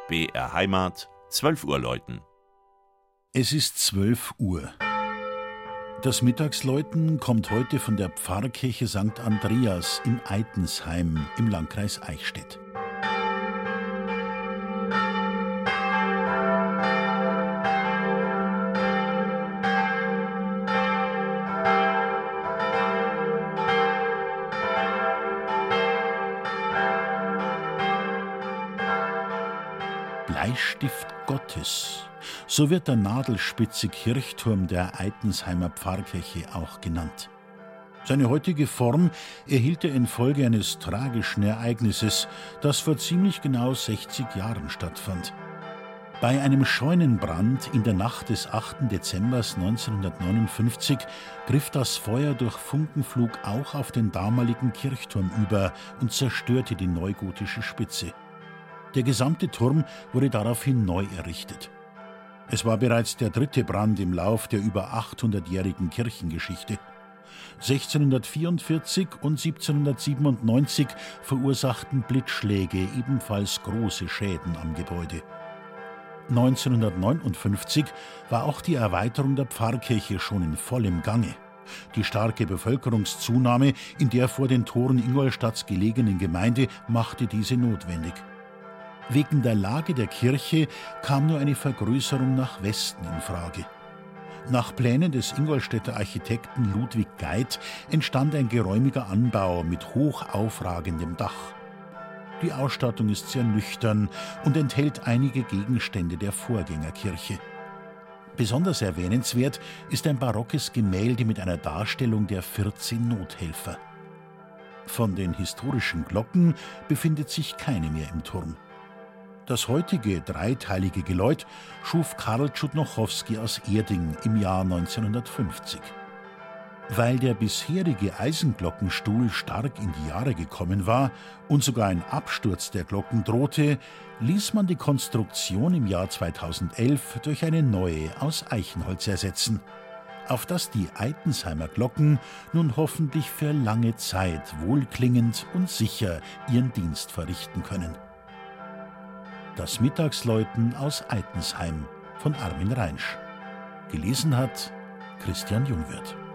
BR Heimat, 12 Uhr läuten. Es ist 12 Uhr. Das Mittagsläuten kommt heute von der Pfarrkirche St. Andreas in Eitensheim im Landkreis Eichstätt. Bleistift Gottes, so wird der nadelspitze Kirchturm der Eitensheimer Pfarrkirche auch genannt. Seine heutige Form erhielt er infolge eines tragischen Ereignisses, das vor ziemlich genau 60 Jahren stattfand. Bei einem Scheunenbrand in der Nacht des 8. Dezember 1959 griff das Feuer durch Funkenflug auch auf den damaligen Kirchturm über und zerstörte die neugotische Spitze. Der gesamte Turm wurde daraufhin neu errichtet. Es war bereits der dritte Brand im Lauf der über 800-jährigen Kirchengeschichte. 1644 und 1797 verursachten Blitzschläge ebenfalls große Schäden am Gebäude. 1959 war auch die Erweiterung der Pfarrkirche schon in vollem Gange. Die starke Bevölkerungszunahme in der vor den Toren Ingolstadts gelegenen Gemeinde machte diese notwendig. Wegen der Lage der Kirche kam nur eine Vergrößerung nach Westen in Frage. Nach Plänen des Ingolstädter Architekten Ludwig Geit entstand ein geräumiger Anbau mit hoch aufragendem Dach. Die Ausstattung ist sehr nüchtern und enthält einige Gegenstände der Vorgängerkirche. Besonders erwähnenswert ist ein barockes Gemälde mit einer Darstellung der 14 Nothelfer. Von den historischen Glocken befindet sich keine mehr im Turm. Das heutige dreiteilige Geläut schuf Karl Tschudnochowski aus Erding im Jahr 1950. Weil der bisherige Eisenglockenstuhl stark in die Jahre gekommen war und sogar ein Absturz der Glocken drohte, ließ man die Konstruktion im Jahr 2011 durch eine neue aus Eichenholz ersetzen, auf das die Eitensheimer Glocken nun hoffentlich für lange Zeit wohlklingend und sicher ihren Dienst verrichten können. Das Mittagsläuten aus Eitensheim von Armin Reinsch. Gelesen hat Christian Jungwirth.